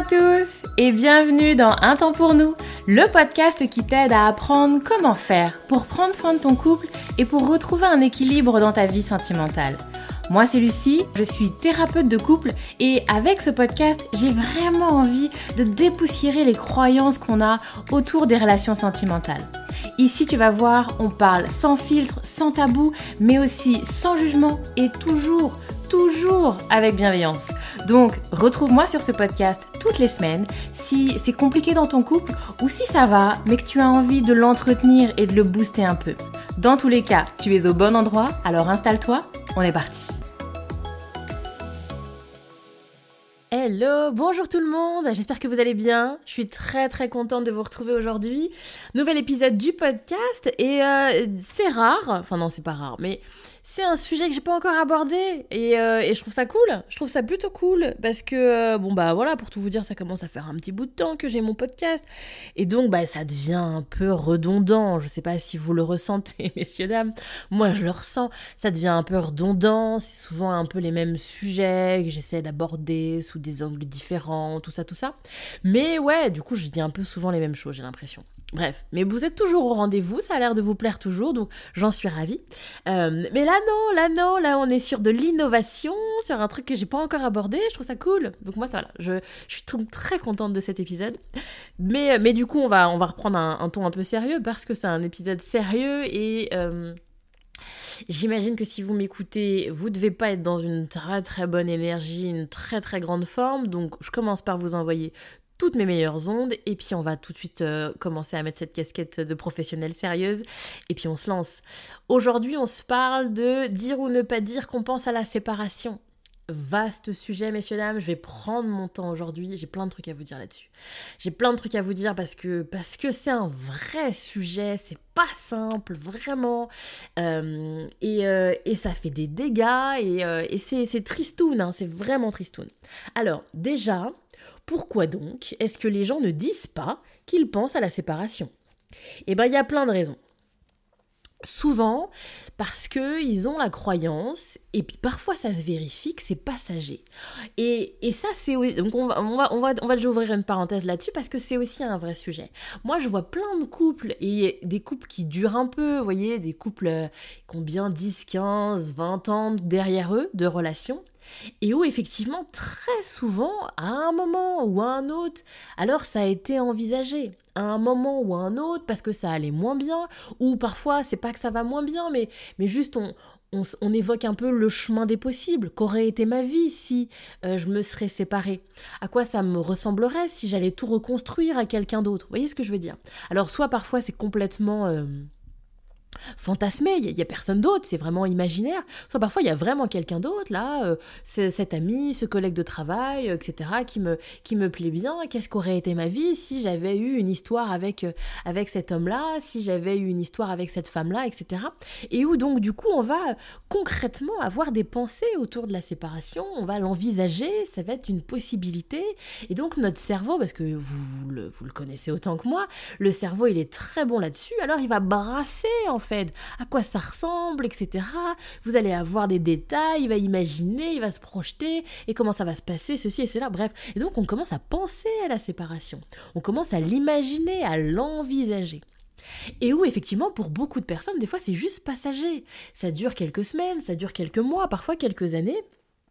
à tous et bienvenue dans Un temps pour nous, le podcast qui t'aide à apprendre comment faire pour prendre soin de ton couple et pour retrouver un équilibre dans ta vie sentimentale. Moi c'est Lucie, je suis thérapeute de couple et avec ce podcast, j'ai vraiment envie de dépoussiérer les croyances qu'on a autour des relations sentimentales. Ici tu vas voir, on parle sans filtre, sans tabou, mais aussi sans jugement et toujours avec bienveillance. Donc, retrouve-moi sur ce podcast toutes les semaines si c'est compliqué dans ton couple ou si ça va, mais que tu as envie de l'entretenir et de le booster un peu. Dans tous les cas, tu es au bon endroit, alors installe-toi, on est parti. Hello, bonjour tout le monde, j'espère que vous allez bien. Je suis très contente de vous retrouver aujourd'hui. Nouvel épisode du podcast et c'est rare, enfin non c'est pas rare, mais c'est un sujet que j'ai pas encore abordé et je trouve ça cool, je trouve ça plutôt cool parce que voilà, pour tout vous dire, ça commence à faire un petit bout de temps que j'ai mon podcast et donc ça devient un peu redondant. Je sais pas si vous le ressentez messieurs dames, moi je le ressens, ça devient un peu redondant, c'est souvent un peu les mêmes sujets que j'essaie d'aborder sous des angles différents, tout ça. Mais ouais, du coup je dis un peu souvent les mêmes choses, j'ai l'impression. Bref, mais vous êtes toujours au rendez-vous, ça a l'air de vous plaire toujours, donc j'en suis ravie. Mais là on est sur de l'innovation, sur un truc que j'ai pas encore abordé, je trouve ça cool. Donc moi ça va, je suis très contente de cet épisode. Mais du coup on va reprendre un ton un peu sérieux parce que c'est un épisode sérieux et j'imagine que si vous m'écoutez, vous devez pas être dans une très bonne énergie, une très grande forme, donc je commence par vous envoyer toutes mes meilleures ondes et puis on va tout de suite commencer à mettre cette casquette de professionnelle sérieuse et puis on se lance. Aujourd'hui on se parle de dire ou ne pas dire qu'on pense à la séparation. Vaste sujet messieurs dames, je vais prendre mon temps aujourd'hui, j'ai plein de trucs à vous dire là-dessus. J'ai plein de trucs à vous dire parce que c'est un vrai sujet, c'est pas simple vraiment et ça fait des dégâts et c'est tristoun, hein, c'est vraiment tristoun. Alors déjà, pourquoi donc est-ce que les gens ne disent pas qu'ils pensent à la séparation ? Eh bien, il y a plein de raisons. Souvent, parce qu'ils ont la croyance, et puis parfois ça se vérifie que c'est passager. Et ça, c'est... Donc on va déjà ouvrir une parenthèse là-dessus, parce que c'est aussi un vrai sujet. Moi, je vois plein de couples, et des couples qui durent un peu, vous voyez, des couples qui ont bien 10, 15, 20 ans derrière eux de relations, et où effectivement, très souvent, à un moment ou à un autre, alors ça a été envisagé, à un moment ou à un autre, parce que ça allait moins bien, ou parfois, c'est pas que ça va moins bien, mais juste on évoque un peu le chemin des possibles, qu'aurait été ma vie si je me serais séparée, à quoi ça me ressemblerait si j'allais tout reconstruire à quelqu'un d'autre, vous voyez ce que je veux dire ? Alors soit parfois c'est complètement... fantasmé, il y a personne d'autre, c'est vraiment imaginaire. Soit parfois il y a vraiment quelqu'un d'autre là, cet ami, ce collègue de travail, etc. qui me plaît bien. Qu'est-ce qu'aurait été ma vie si j'avais eu une histoire avec cet homme-là, si j'avais eu une histoire avec cette femme-là, etc. Et où donc du coup on va concrètement avoir des pensées autour de la séparation, on va l'envisager, ça va être une possibilité. Et donc notre cerveau, parce que vous le connaissez autant que moi, le cerveau il est très bon là-dessus, alors il va brasser en fait, à quoi ça ressemble, etc. Vous allez avoir des détails, il va imaginer, il va se projeter, et comment ça va se passer, ceci et cela, bref. Et donc on commence à penser à la séparation, on commence à l'imaginer, à l'envisager. Et où effectivement pour beaucoup de personnes, des fois c'est juste passager. Ça dure quelques semaines, ça dure quelques mois, parfois quelques années.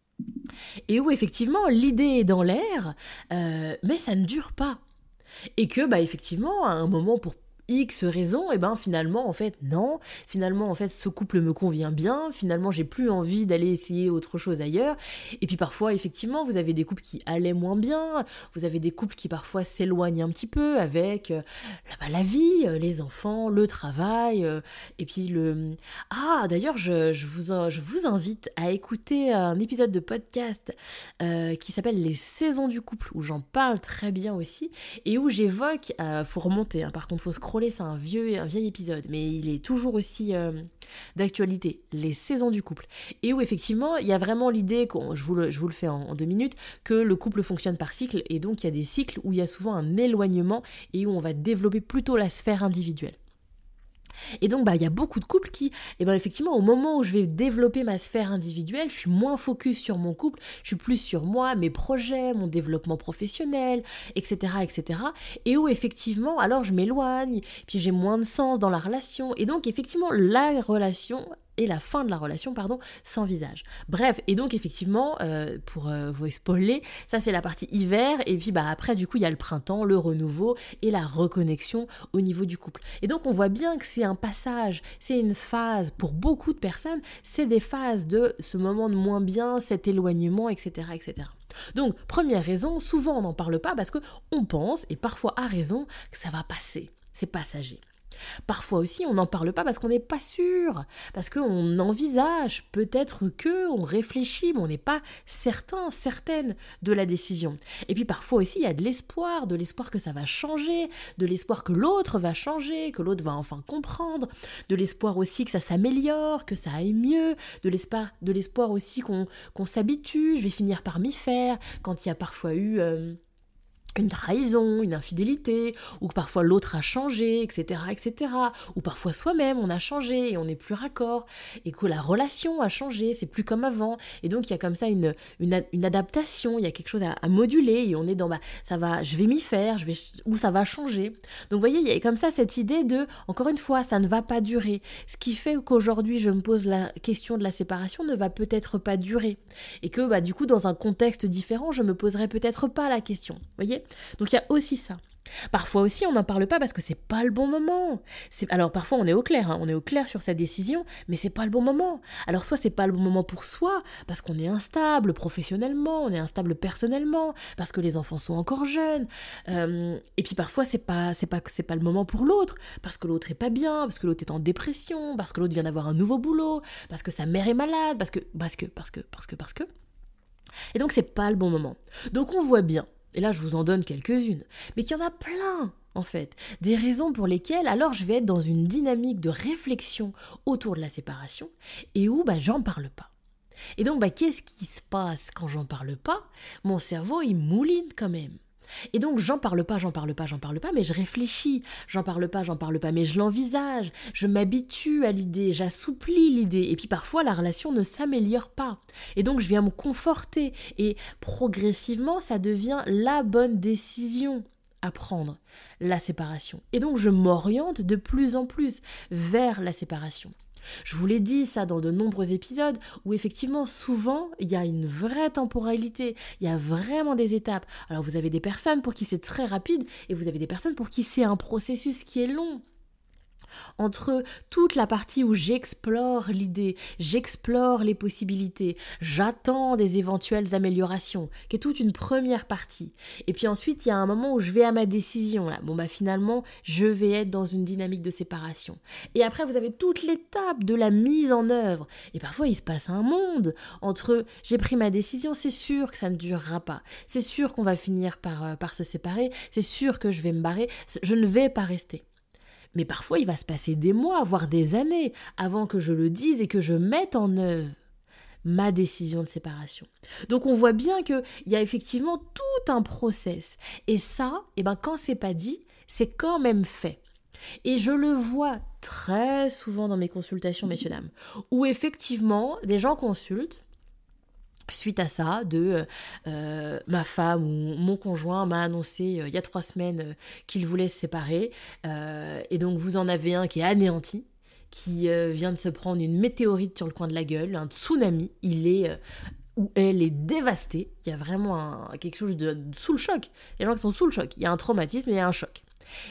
Et où effectivement l'idée est dans l'air, mais ça ne dure pas. Et que effectivement à un moment pour X raisons, et finalement en fait non, finalement en fait ce couple me convient bien, finalement j'ai plus envie d'aller essayer autre chose ailleurs. Et puis parfois effectivement vous avez des couples qui allaient moins bien, vous avez des couples qui parfois s'éloignent un petit peu avec la vie, les enfants, le travail, et puis d'ailleurs je vous invite à écouter un épisode de podcast qui s'appelle Les saisons du couple, où j'en parle très bien aussi, et où j'évoque, faut remonter, par contre faut scroller, c'est un vieil épisode, mais il est toujours aussi d'actualité, les saisons du couple, et où effectivement il y a vraiment l'idée, je vous le fais en 2 minutes, que le couple fonctionne par cycle, et donc il y a des cycles où il y a souvent un éloignement, et où on va développer plutôt la sphère individuelle. Et donc, il y a beaucoup de couples qui, effectivement, au moment où je vais développer ma sphère individuelle, je suis moins focus sur mon couple, je suis plus sur moi, mes projets, mon développement professionnel, etc., etc. Et où, effectivement, alors je m'éloigne, puis j'ai moins de sens dans la relation. Et donc, effectivement, la relation et la fin de la relation, s'envisage. Bref, et donc effectivement, pour vous spoiler, ça c'est la partie hiver, et puis après du coup il y a le printemps, le renouveau et la reconnexion au niveau du couple. Et donc on voit bien que c'est un passage, c'est une phase, pour beaucoup de personnes, c'est des phases de ce moment de moins bien, cet éloignement, etc., etc. Donc, première raison, souvent on n'en parle pas parce qu'on pense, et parfois à raison, que ça va passer, c'est passager. Parfois aussi, on n'en parle pas parce qu'on n'est pas sûr, parce qu'on envisage, peut-être on réfléchit, mais on n'est pas certain, certaine de la décision. Et puis parfois aussi, il y a de l'espoir que ça va changer, de l'espoir que l'autre va changer, que l'autre va enfin comprendre, de l'espoir aussi que ça s'améliore, que ça aille mieux, de l'espoir aussi qu'on s'habitue, je vais finir par m'y faire, quand il y a parfois eu une trahison, une infidélité, ou que parfois l'autre a changé, etc., etc., ou parfois soi-même on a changé et on n'est plus raccord, et que la relation a changé, c'est plus comme avant, et donc il y a comme ça une adaptation, il y a quelque chose à moduler, et on est dans, ça va, je vais m'y faire, ou ça va changer. Donc vous voyez, il y a comme ça cette idée de, encore une fois, ça ne va pas durer. Ce qui fait qu'aujourd'hui je me pose la question de la séparation ne va peut-être pas durer, et que du coup dans un contexte différent, je me poserai peut-être pas la question, vous voyez. Donc il y a aussi ça. Parfois aussi, on n'en parle pas parce que c'est pas le bon moment. Alors parfois, on est au clair, on est au clair sur sa décision, mais c'est pas le bon moment. Alors soit c'est pas le bon moment pour soi, parce qu'on est instable professionnellement, on est instable personnellement, parce que les enfants sont encore jeunes. Et puis parfois, c'est pas le moment pour l'autre, parce que l'autre est pas bien, parce que l'autre est en dépression, parce que l'autre vient d'avoir un nouveau boulot, parce que sa mère est malade, parce que. Et donc c'est pas le bon moment. Donc on voit bien. Et là, je vous en donne quelques-unes. Mais qu'il y en a plein, en fait. Des raisons pour lesquelles, alors, je vais être dans une dynamique de réflexion autour de la séparation et où, j'en parle pas. Et donc, qu'est-ce qui se passe quand j'en parle pas ? Mon cerveau, il mouline quand même. Et donc, j'en parle pas, mais je réfléchis. J'en parle pas, mais je l'envisage. Je m'habitue à l'idée, j'assouplis l'idée. Et puis parfois, la relation ne s'améliore pas. Et donc, je viens me conforter. Et progressivement, ça devient la bonne décision à prendre, la séparation. Et donc, je m'oriente de plus en plus vers la séparation. Je vous l'ai dit ça dans de nombreux épisodes où effectivement souvent il y a une vraie temporalité, il y a vraiment des étapes. Alors vous avez des personnes pour qui c'est très rapide et vous avez des personnes pour qui c'est un processus qui est long. Entre toute la partie où j'explore l'idée, j'explore les possibilités, j'attends des éventuelles améliorations, qui est toute une première partie. Et puis ensuite, il y a un moment où je vais à ma décision. Là. Finalement, je vais être dans une dynamique de séparation. Et après, vous avez toute l'étape de la mise en œuvre. Et parfois, il se passe un monde entre j'ai pris ma décision, c'est sûr que ça ne durera pas. C'est sûr qu'on va finir par se séparer. C'est sûr que je vais me barrer. Je ne vais pas rester. Mais parfois, il va se passer des mois, voire des années, avant que je le dise et que je mette en œuvre ma décision de séparation. Donc on voit bien qu'il y a effectivement tout un process. Et ça, quand c'est pas dit, c'est quand même fait. Et je le vois très souvent dans mes consultations, messieurs, dames, où effectivement, des gens consultent, suite à ça, ma femme ou mon conjoint m'a annoncé il y a 3 semaines qu'il voulait se séparer. Et donc vous en avez un qui est anéanti, qui vient de se prendre une météorite sur le coin de la gueule, un tsunami. Il est où elle est dévastée. Il y a vraiment quelque chose sous le choc. Les gens qui sont sous le choc. Il y a un traumatisme et il y a un choc.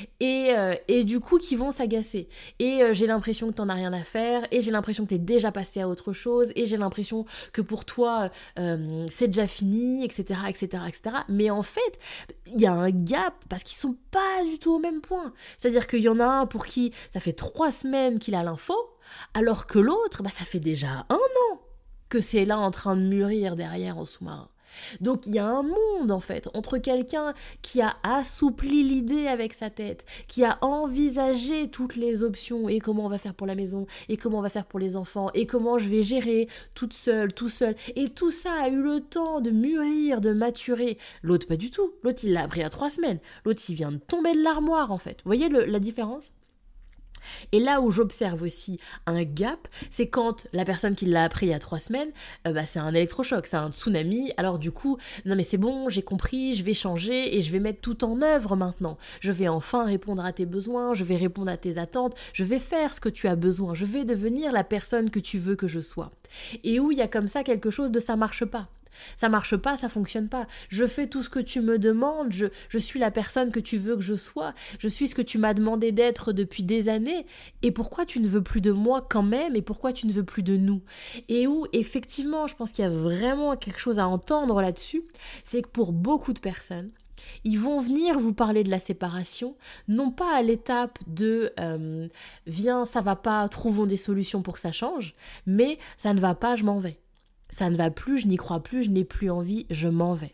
Et du coup qui vont s'agacer et j'ai l'impression que t'en as rien à faire et j'ai l'impression que t'es déjà passé à autre chose et j'ai l'impression que pour toi c'est déjà fini, etc., etc., etc. Mais en fait il y a un gap parce qu'ils sont pas du tout au même point. C'est-à-dire qu'il y en a un pour qui ça fait 3 semaines qu'il a l'info, alors que l'autre ça fait déjà 1 an que c'est là en train de mûrir derrière en sous-marin. Donc il y a un monde en fait entre quelqu'un qui a assoupli l'idée avec sa tête, qui a envisagé toutes les options et comment on va faire pour la maison et comment on va faire pour les enfants et comment je vais gérer toute seule, tout seul, et tout ça a eu le temps de mûrir, de maturer. L'autre pas du tout, l'autre il l'a appris à 3 semaines, l'autre il vient de tomber de l'armoire en fait. Vous voyez la différence ? Et là où j'observe aussi un gap, c'est quand la personne qui l'a appris il y a 3 semaines, c'est un électrochoc, c'est un tsunami. Alors du coup, non mais c'est bon, j'ai compris, je vais changer et je vais mettre tout en œuvre maintenant. Je vais enfin répondre à tes besoins, je vais répondre à tes attentes, je vais faire ce que tu as besoin, je vais devenir la personne que tu veux que je sois. Et où il y a comme ça quelque chose de ça marche pas. Ça marche pas, ça fonctionne pas. Je fais tout ce que tu me demandes, je suis la personne que tu veux que je sois, je suis ce que tu m'as demandé d'être depuis des années, et pourquoi tu ne veux plus de moi quand même, et pourquoi tu ne veux plus de nous? Et où, effectivement, je pense qu'il y a vraiment quelque chose à entendre là-dessus, c'est que pour beaucoup de personnes, ils vont venir vous parler de la séparation, non pas à l'étape de viens, ça va pas, trouvons des solutions pour que ça change, mais ça ne va pas, je m'en vais. Ça ne va plus, je n'y crois plus, je n'ai plus envie, je m'en vais.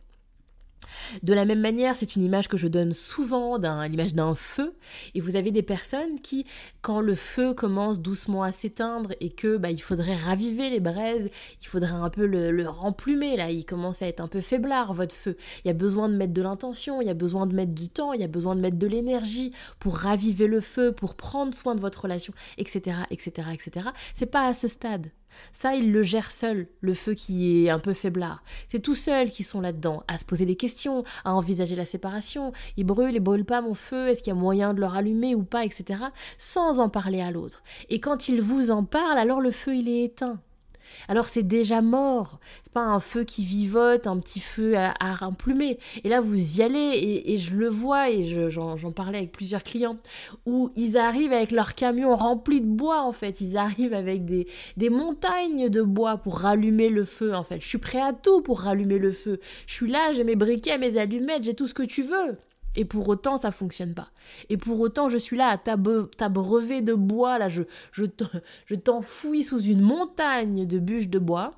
De la même manière, c'est une image que je donne souvent, l'image d'un feu. Et vous avez des personnes qui, quand le feu commence doucement à s'éteindre et que il faudrait raviver les braises, il faudrait un peu le remplumer, là, il commence à être un peu faiblard, votre feu. Il y a besoin de mettre de l'intention, il y a besoin de mettre du temps, il y a besoin de mettre de l'énergie pour raviver le feu, pour prendre soin de votre relation, etc., etc., etc. C'est pas à ce stade. Ça, il le gère seul, le feu qui est un peu faiblard. C'est tout seul qui sont là-dedans, à se poser des questions, à envisager la séparation. Il brûle pas mon feu, est-ce qu'il y a moyen de le rallumer ou pas, etc. Sans en parler à l'autre. Et quand il vous en parle, alors le feu, il est éteint. Alors c'est déjà mort, c'est pas un feu qui vivote, un petit feu à remplumer. Et là vous y allez et je le vois et j'en parlais avec plusieurs clients où ils arrivent avec leur camion rempli de bois en fait, ils arrivent avec des montagnes de bois pour rallumer le feu en fait. Je suis prêt à tout pour rallumer le feu, je suis là, j'ai mes briquets, mes allumettes, j'ai tout ce que tu veux. Et pour autant, ça fonctionne pas. Et pour autant, je suis là à t'abreuver de bois, là, je t'enfouis sous une montagne de bûches de bois.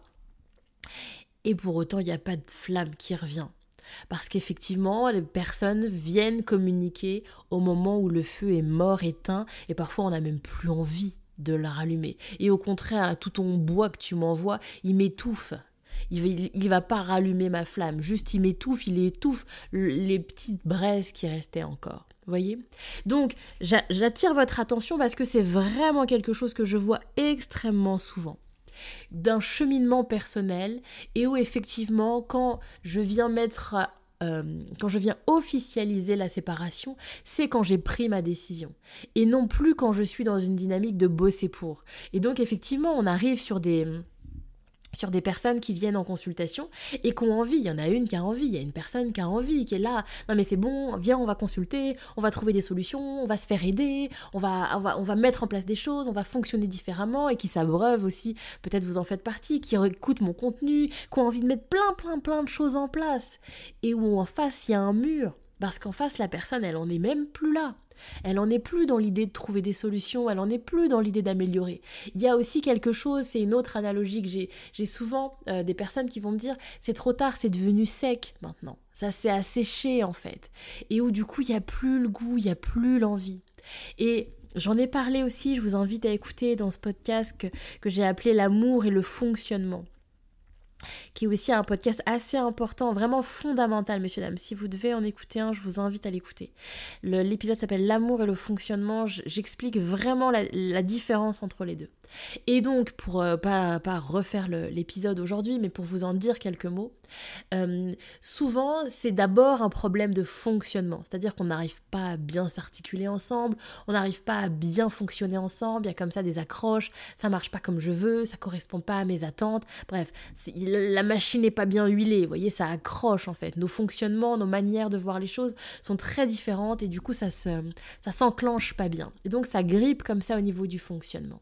Et pour autant, il n'y a pas de flamme qui revient. Parce qu'effectivement, les personnes viennent communiquer au moment où le feu est mort, éteint, et parfois on n'a même plus envie de la rallumer. Et au contraire, là, tout ton bois que tu m'envoies, il m'étouffe. Il va pas rallumer ma flamme, juste il étouffe les petites braises qui restaient encore. Vous voyez ? Donc, j'attire votre attention parce que c'est vraiment quelque chose que je vois extrêmement souvent. D'un cheminement personnel et où effectivement, quand je viens officialiser la séparation, c'est quand j'ai pris ma décision. Et non plus quand je suis dans une dynamique de bosser pour. Et donc, effectivement, on arrive sur des personnes qui viennent en consultation et qui ont envie. Il y en a une qui a envie, il y a une personne qui a envie, qui est là, non mais c'est bon, viens, on va consulter, on va trouver des solutions, on va se faire aider, on va mettre en place des choses, on va fonctionner différemment et qui s'abreuvent aussi, peut-être vous en faites partie, qui écoutent mon contenu, qui ont envie de mettre plein de choses en place et où en face il y a un mur, parce qu'en face la personne elle en est même plus là. Elle n'en est plus dans l'idée de trouver des solutions, elle n'en est plus dans l'idée d'améliorer. Il y a aussi quelque chose, c'est une autre analogie que j'ai souvent des personnes qui vont me dire c'est trop tard, c'est devenu sec maintenant. Ça s'est asséché en fait. Et où du coup il n'y a plus le goût, il n'y a plus l'envie. Et j'en ai parlé aussi, je vous invite à écouter dans ce podcast que j'ai appelé l'amour et le fonctionnement, qui est aussi un podcast assez important, vraiment fondamental, messieurs, dames. Si vous devez en écouter un, je vous invite à l'écouter. L'épisode s'appelle L'amour et le fonctionnement. J'explique vraiment la différence entre les deux. Et donc, pour pas refaire l'épisode aujourd'hui, mais pour vous en dire quelques mots, souvent, c'est d'abord un problème de fonctionnement. C'est-à-dire qu'on n'arrive pas à bien s'articuler ensemble, on n'arrive pas à bien fonctionner ensemble, il y a comme ça des accroches, ça marche pas comme je veux, ça correspond pas à mes attentes. Bref, la machine n'est pas bien huilée, vous voyez, ça accroche en fait. Nos fonctionnements, nos manières de voir les choses sont très différentes et du coup, ça s'enclenche pas bien. Et donc, ça grippe comme ça au niveau du fonctionnement.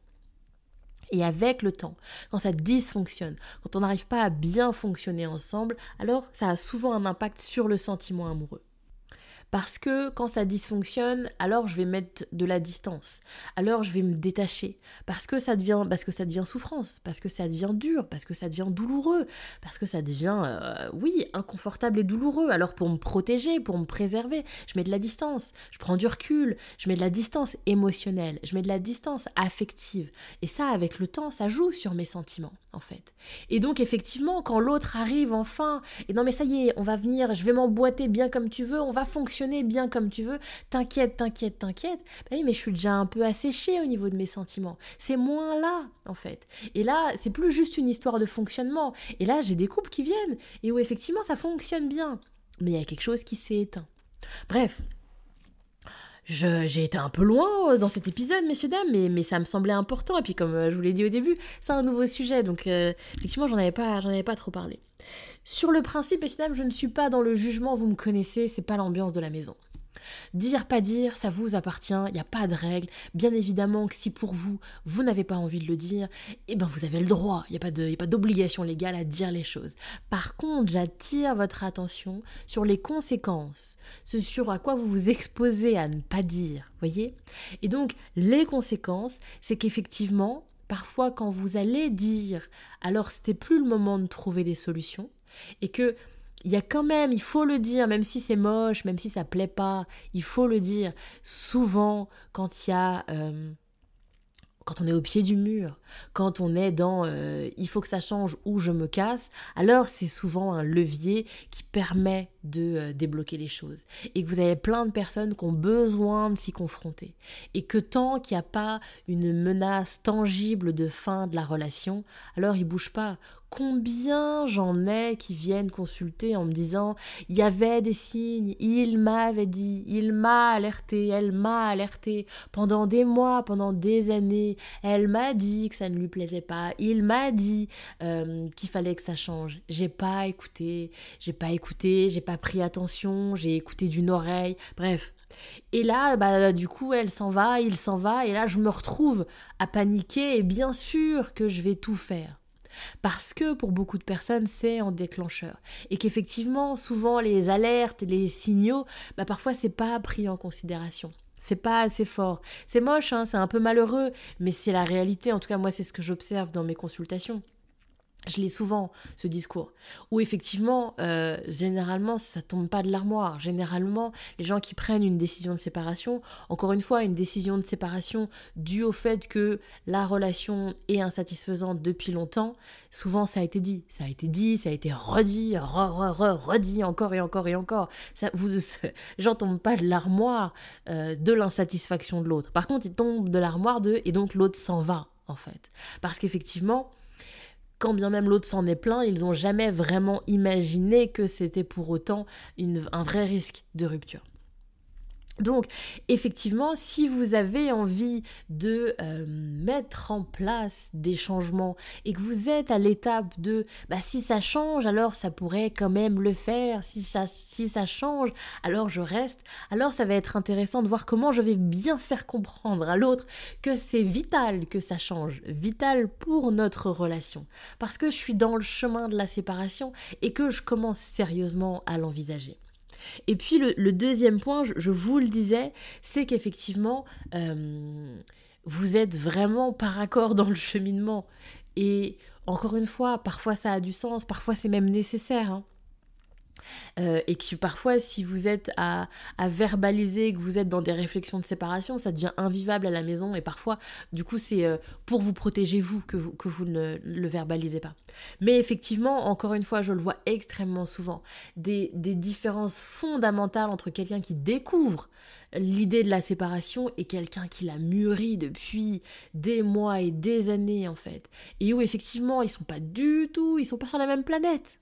Et avec le temps, quand ça dysfonctionne, quand on n'arrive pas à bien fonctionner ensemble, alors ça a souvent un impact sur le sentiment amoureux. Parce que quand ça dysfonctionne, alors je vais mettre de la distance, alors je vais me détacher, parce que ça devient souffrance, parce que ça devient dur, parce que ça devient douloureux, parce que ça devient, inconfortable et douloureux. Alors pour me protéger, pour me préserver, je mets de la distance, je prends du recul, je mets de la distance émotionnelle, je mets de la distance affective. Et ça, avec le temps, ça joue sur mes sentiments, en fait. Et donc effectivement, quand l'autre arrive enfin, et non mais ça y est, on va venir, je vais m'emboîter bien comme tu veux, on va fonctionner fonctionner bien comme tu veux, t'inquiète. Ben oui, mais je suis déjà un peu asséchée au niveau de mes sentiments. C'est moins là, en fait. Et là, c'est plus juste une histoire de fonctionnement. Et là, j'ai des couples qui viennent et où effectivement, ça fonctionne bien. Mais il y a quelque chose qui s'est éteint. Bref. J'ai été un peu loin dans cet épisode, messieurs, dames, mais ça me semblait important. Et puis, comme je vous l'ai dit au début, c'est un nouveau sujet. Donc, effectivement, j'en avais pas trop parlé. Sur le principe, messieurs, dames, je ne suis pas dans le jugement, vous me connaissez, c'est pas l'ambiance de la maison. Dire, pas dire, ça vous appartient, il n'y a pas de règle. Bien évidemment que si pour vous, vous n'avez pas envie de le dire, eh ben vous avez le droit, il n'y a pas d'obligation légale à dire les choses. Par contre, j'attire votre attention sur les conséquences, ce sur à quoi vous vous exposez à ne pas dire, voyez ? Et donc, les conséquences, c'est qu'effectivement, parfois quand vous allez dire, alors c'était plus le moment de trouver des solutions, et que il y a quand même, il faut le dire, même si c'est moche, même si ça plaît pas, il faut le dire. Souvent, quand il y a, quand on est au pied du mur, quand on est dans il faut que ça change ou je me casse, alors c'est souvent un levier qui permet de débloquer les choses. Et que vous avez plein de personnes qui ont besoin de s'y confronter. Et que tant qu'il n'y a pas une menace tangible de fin de la relation, alors ils ne bougent pas. Combien j'en ai qui viennent consulter en me disant « il y avait des signes, il m'avait dit, il m'a alerté, elle m'a alerté pendant des mois, pendant des années, elle m'a dit que ça ne lui plaisait pas, il m'a dit qu'il fallait que ça change. J'ai pas écouté, j'ai pas pris attention, j'ai écouté d'une oreille, bref. » Et là, du coup, elle s'en va, il s'en va, et là, je me retrouve à paniquer, et bien sûr que je vais tout faire. Parce que pour beaucoup de personnes, c'est un déclencheur. Et qu'effectivement, souvent, les alertes, les signaux, parfois, c'est pas pris en considération. C'est pas assez fort. C'est moche, hein, c'est un peu malheureux, mais c'est la réalité. En tout cas, moi, c'est ce que j'observe dans mes consultations. Je lis souvent ce discours où effectivement, généralement, ça tombe pas de l'armoire. Généralement, les gens qui prennent une décision de séparation, encore une fois, une décision de séparation due au fait que la relation est insatisfaisante depuis longtemps, souvent ça a été dit, ça a été redit, redit encore et encore et encore. Les gens tombent pas de l'armoire de l'insatisfaction de l'autre. Par contre, ils tombent de l'armoire et donc l'autre s'en va, en fait. Parce qu'effectivement, quand bien même l'autre s'en est plaint, ils n'ont jamais vraiment imaginé que c'était pour autant un vrai risque de rupture. Donc, effectivement, si vous avez envie de mettre en place des changements et que vous êtes à l'étape de si ça change, alors ça pourrait quand même le faire, si ça change, alors je reste, alors ça va être intéressant de voir comment je vais bien faire comprendre à l'autre que c'est vital que ça change, vital pour notre relation, parce que je suis dans le chemin de la séparation et que je commence sérieusement à l'envisager. Et puis le deuxième point, je vous le disais, c'est qu'effectivement, vous êtes vraiment par accord dans le cheminement. Et encore une fois, parfois ça a du sens, parfois c'est même nécessaire, hein. Et que parfois, si vous êtes à verbaliser, que vous êtes dans des réflexions de séparation, ça devient invivable à la maison et parfois, du coup, c'est pour vous protéger, vous, que vous ne le verbalisez pas. Mais effectivement, encore une fois, je le vois extrêmement souvent, des différences fondamentales entre quelqu'un qui découvre l'idée de la séparation et quelqu'un qui l'a mûri depuis des mois et des années, en fait. Et où, effectivement, ils sont pas sur la même planète.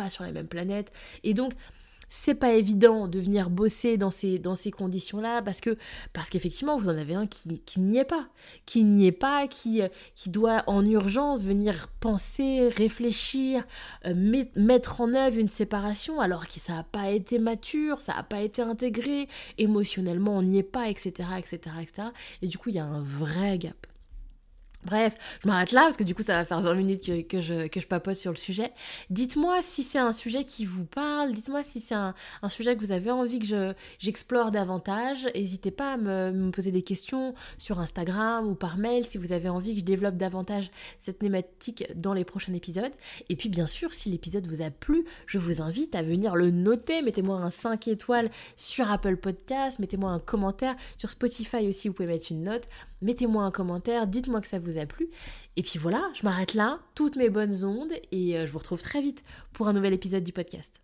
Et donc, c'est pas évident de venir bosser dans ces conditions-là parce qu'effectivement, vous en avez un qui n'y est pas, qui doit en urgence venir penser, réfléchir, mettre en œuvre une séparation alors que ça n'a pas été mature, ça n'a pas été intégré, émotionnellement, on n'y est pas, etc., etc., etc. Et du coup, il y a un vrai gap. Bref, je m'arrête là parce que du coup ça va faire 20 minutes que je papote sur le sujet. Dites-moi si c'est un sujet qui vous parle, dites-moi si c'est un sujet que vous avez envie que j'explore davantage. N'hésitez pas à me poser des questions sur Instagram ou par mail si vous avez envie que je développe davantage cette thématique dans les prochains épisodes. Et puis bien sûr, si l'épisode vous a plu, je vous invite à venir le noter. Mettez-moi un 5 étoiles sur Apple Podcast, mettez-moi un commentaire. Sur Spotify aussi, vous pouvez mettre une note. Mettez-moi un commentaire, dites-moi que ça vous a plu. Et puis voilà, je m'arrête là, toutes mes bonnes ondes, et je vous retrouve très vite pour un nouvel épisode du podcast.